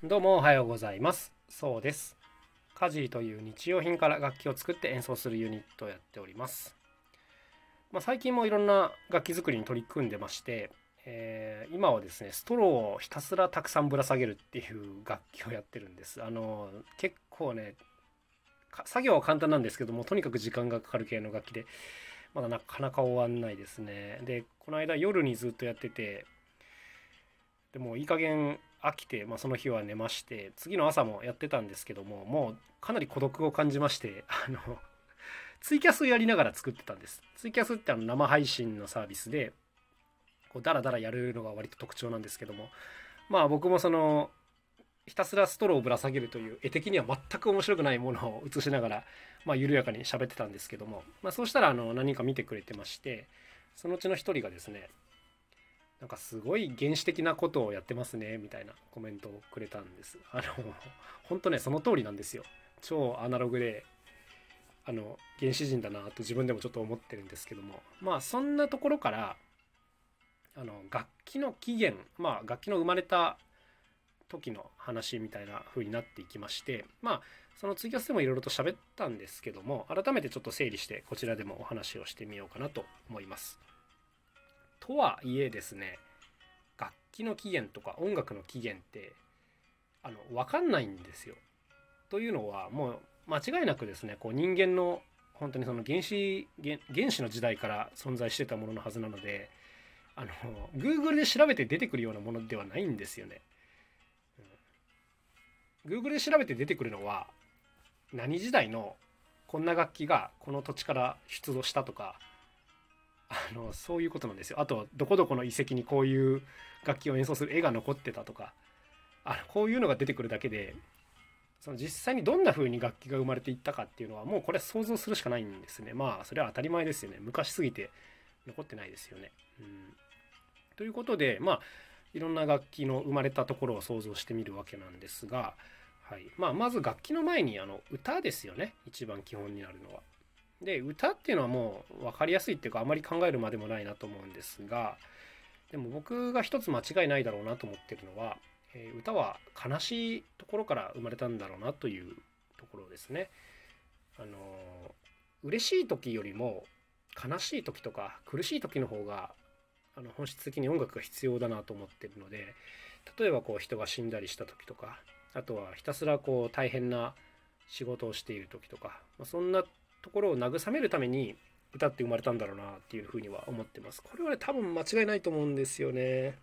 どうもおはようございます。そうです。カジーという日用品から楽器を作って演奏するユニットをやっております。最近もいろんな楽器作りに取り組んでまして、今はですね、ストローをひたすらたくさんぶら下げるっていう楽器をやってるんです。結構ね、作業は簡単なんですけども、とにかく時間がかかる系の楽器で、まだなかなか終わんないですね。で、この間夜にずっとやってて、でもいい加減飽きて、その日は寝まして、次の朝もやってたんですけども、もうかなり孤独を感じまして、ツイキャスやりながら作ってたんです。ツイキャスって生配信のサービスでこうダラダラやるのが割と特徴なんですけども、僕もひたすらストローをぶら下げるという絵的には全く面白くないものを映しながら、緩やかに喋ってたんですけども、そうしたら何人か見てくれてまして、そのうちの一人がですね、なんかすごい原始的なことをやってますねみたいなコメントをくれたんです。本当ね、その通りなんですよ。超アナログで原始人だなと自分でもちょっと思ってるんですけども、そんなところから楽器の起源、楽器の生まれた時の話みたいな風になっていきまして、そのツイキャスでもいろいろと喋ったんですけども、改めてちょっと整理してこちらでもお話をしてみようかなと思います。とはいえですね、楽器の起源とか音楽の起源って分かんないんですよ。というのはもう間違いなくですね、こう人間の本当にその原始の時代から存在してたもののはずなので、Google で調べて出てくるようなものではないんですよね。Google で調べて出てくるのは何時代のこんな楽器がこの土地から出土したとか、そういうことなんですよ。あとどこどこの遺跡にこういう楽器を演奏する絵が残ってたとか、こういうのが出てくるだけで、その実際にどんな風に楽器が生まれていったかっていうのはもうこれ想像するしかないんですね。それは当たり前ですよね。昔すぎて残ってないですよね。ということでいろんな楽器の生まれたところを想像してみるわけなんですが、はい、まず楽器の前に歌ですよね。一番基本になるのは。で歌っていうのはもう分かりやすいっていうか、あまり考えるまでもないなと思うんですが、でも僕が一つ間違いないだろうなと思ってるのは、歌は悲しいところから生まれたんだろうなというところですね。あの嬉しい時よりも悲しい時とか苦しい時の方が本質的に音楽が必要だなと思ってるので、例えばこう人が死んだりした時とか、あとはひたすらこう大変な仕事をしている時とか、そんなところを慰めるために歌って生まれたんだろうなっていうふうには思ってます。これはね、多分間違いないと思うんですよね。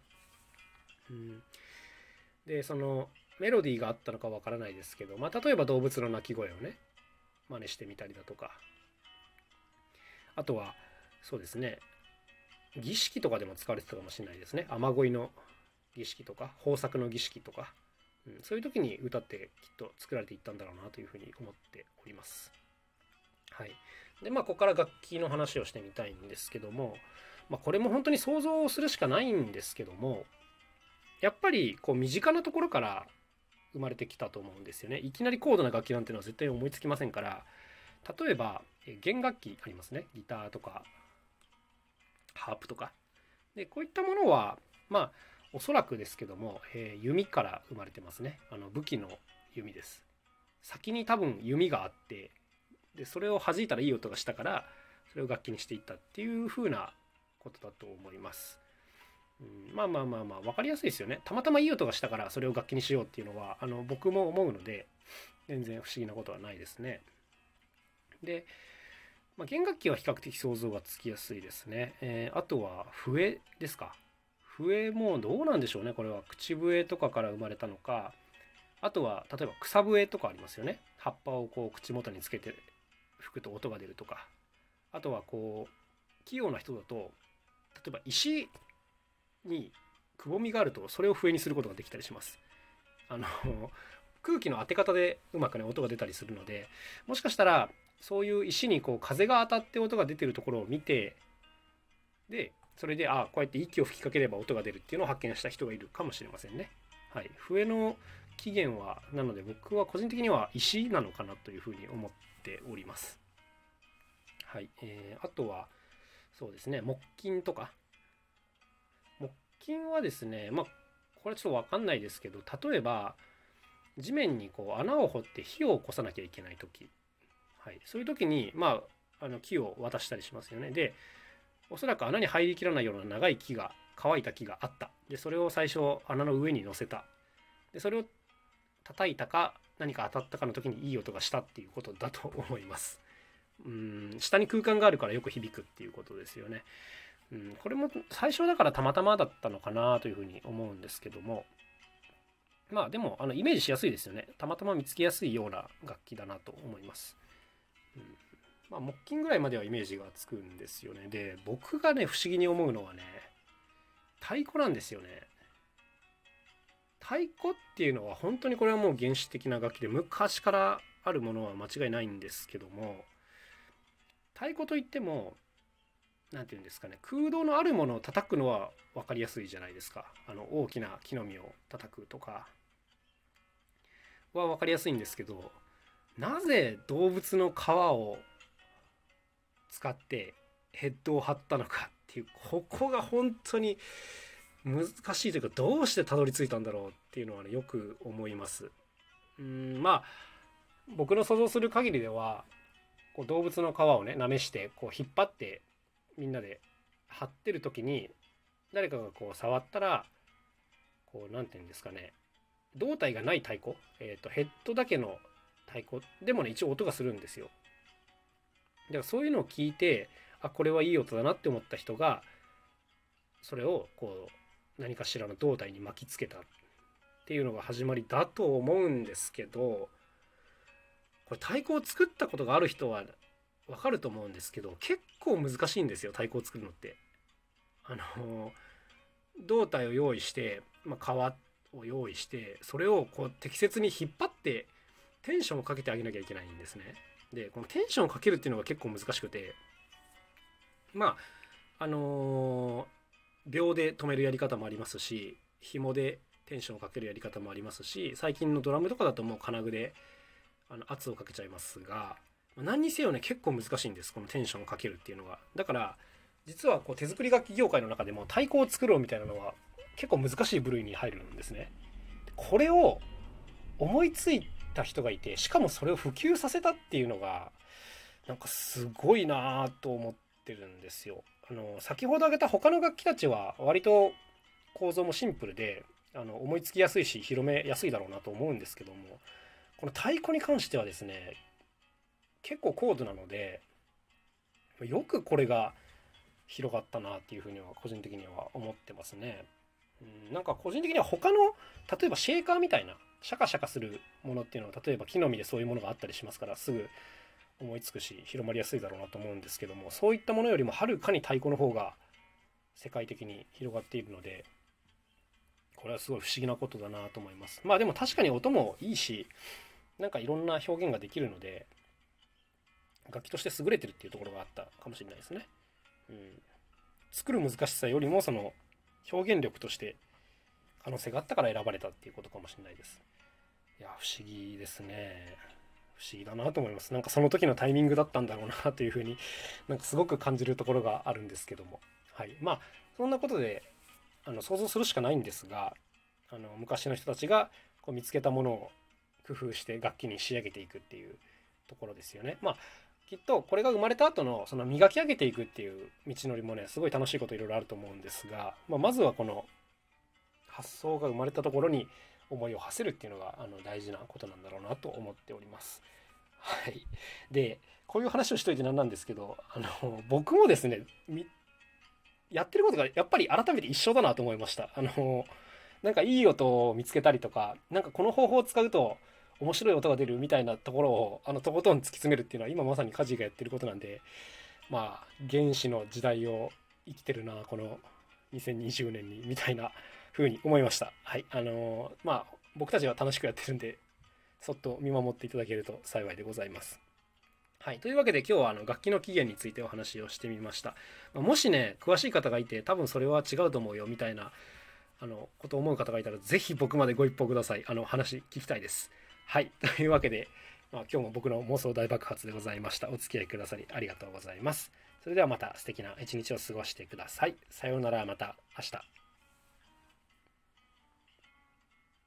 でそのメロディーがあったのかわからないですけど、例えば動物の鳴き声をね真似してみたりだとか、あとはそうですね、儀式とかでも使われてたかもしれないですね。雨乞いの儀式とか豊作の儀式とか、そういう時に歌ってきっと作られていったんだろうなというふうに思っております。はい。でここから楽器の話をしてみたいんですけども、これも本当に想像するしかないんですけども、やっぱりこう身近なところから生まれてきたと思うんですよね。いきなり高度な楽器なんていうのは絶対思いつきませんから、例えば弦楽器ありますね。ギターとかハープとか。でこういったものはおそらくですけども、弓から生まれてますね。武器の弓です。先に多分弓があって、でそれを弾いたらいい音がしたから、それを楽器にしていったっていう風なことだと思います。分かりやすいですよね。たまたまいい音がしたからそれを楽器にしようっていうのは僕も思うので、全然不思議なことはないですね。で、弦楽器は比較的想像がつきやすいですね。あとは笛ですか。笛もどうなんでしょうね。これは口笛とかから生まれたのか、あとは例えば草笛とかありますよね。葉っぱをこう口元につけて吹くと音が出るとか、あとはこう器用な人だと、例えば石にくぼみがあるとそれを笛にすることができたりします。あの空気の当て方でうまくね音が出たりするので、もしかしたらそういう石にこう風が当たって音が出てるところを見て、でそれでこうやって息を吹きかければ音が出るっていうのを発見した人がいるかもしれませんね。はい、笛の起源はなので僕は個人的には石なのかなというふうに思っております。はい、あとはそうですね、木琴とか。木琴はですね、これちょっと分かんないですけど、例えば地面にこう穴を掘って火を起こさなきゃいけない時、はい、そういう時に木を渡したりしますよね。でおそらく穴に入りきらないような長い木が乾いた木があった。でそれを最初穴の上に乗せた。でそれを叩いたか何か当たったかの時にいい音がしたっていうことだと思います。下に空間があるからよく響くっていうことですよね。これも最初だからたまたまだったのかなというふうに思うんですけども、でもイメージしやすいですよね。たまたま見つけやすいような楽器だなと思います。木琴ぐらいまではイメージがつくんですよね。で僕がね不思議に思うのはね、太鼓なんですよね。太鼓っていうのは本当にこれはもう原始的な楽器で昔からあるものは間違いないんですけども、太鼓といっても何て言うんですかね、空洞のあるものを叩くのは分かりやすいじゃないですか。大きな木の実を叩くとかは分かりやすいんですけど、なぜ動物の皮を使ってヘッドを張ったのかっていう、ここが本当に難しいというか、どうしてたどり着いたんだろうっていうのはね、よく思います。僕の想像する限りではこう動物の皮をねなめしてこう引っ張ってみんなで張ってる時に誰かがこう触ったらこうなんていうんですかね、胴体がない太鼓、ヘッドだけの太鼓でもね一応音がするんですよ。だからそういうのを聞いて、これはいい音だなって思った人がそれをこう何かしらの胴体に巻きつけたっていうのが始まりだと思うんですけど、これ太鼓を作ったことがある人は分かると思うんですけど、結構難しいんですよ太鼓を作るのって。胴体を用意して、皮を用意して、それをこう適切に引っ張ってテンションをかけてあげなきゃいけないんですね。でこのテンションをかけるっていうのが結構難しくて、秒で止めるやり方もありますし、紐でテンションをかけるやり方もありますし、最近のドラムとかだともう金具で圧をかけちゃいますが、何にせよね結構難しいんです、このテンションをかけるっていうのが。だから実はこう手作り楽器業界の中でも太鼓を作ろうみたいなのは結構難しい部類に入るんですね。これを思いついた人がいて、しかもそれを普及させたっていうのがなんかすごいなと思ってるんですよ。先ほど挙げた他の楽器たちは割と構造もシンプルで思いつきやすいし広めやすいだろうなと思うんですけども、この太鼓に関してはですね結構高度なので、よくこれが広がったなっていうふうには個人的には思ってますね。なんか個人的には他の例えばシェーカーみたいなシャカシャカするものっていうのは例えば木の実でそういうものがあったりしますから、すぐ思いつくし広まりやすいだろうなと思うんですけども、そういったものよりもはるかに太鼓の方が世界的に広がっているので、これはすごい不思議なことだなと思います。でも確かに音もいいし、なんかいろんな表現ができるので楽器として優れてるっていうところがあったかもしれないですね。作る難しさよりもその表現力として可能性があったから選ばれたっていうことかもしれないです。いや不思議ですね。不思議だなと思います。なんかその時のタイミングだったんだろうなというふうになんかすごく感じるところがあるんですけども、はい、そんなことで想像するしかないんですが、昔の人たちがこう見つけたものを工夫して楽器に仕上げていくっていうところですよね。きっとこれが生まれた後のその磨き上げていくっていう道のりもねすごい楽しいこといろいろあると思うんですが、まずはこの発想が生まれたところに思いを馳せるっていうのが大事なことなんだろうなと思っております。はい、でこういう話をしといてなんなんですけど、僕もですねやってることがやっぱり改めて一緒だなと思いました。なんかいい音を見つけたりとか、なんかこの方法を使うと面白い音が出るみたいなところをとことん突き詰めるっていうのは今まさにカジがやってることなんで、原始の時代を生きてるなこの2020年にみたいな風に思いました。はい、僕たちは楽しくやってるんでそっと見守っていただけると幸いでございます。はい、というわけで今日は楽器の起源についてお話をしてみました。もしね詳しい方がいて多分それは違うと思うよみたいなことを思う方がいたらぜひ僕までご一報ください。話聞きたいです。はい、というわけで、今日も僕の妄想大爆発でございました。お付き合いくださりありがとうございます。それではまた素敵な一日を過ごしてください。さようなら、また明日。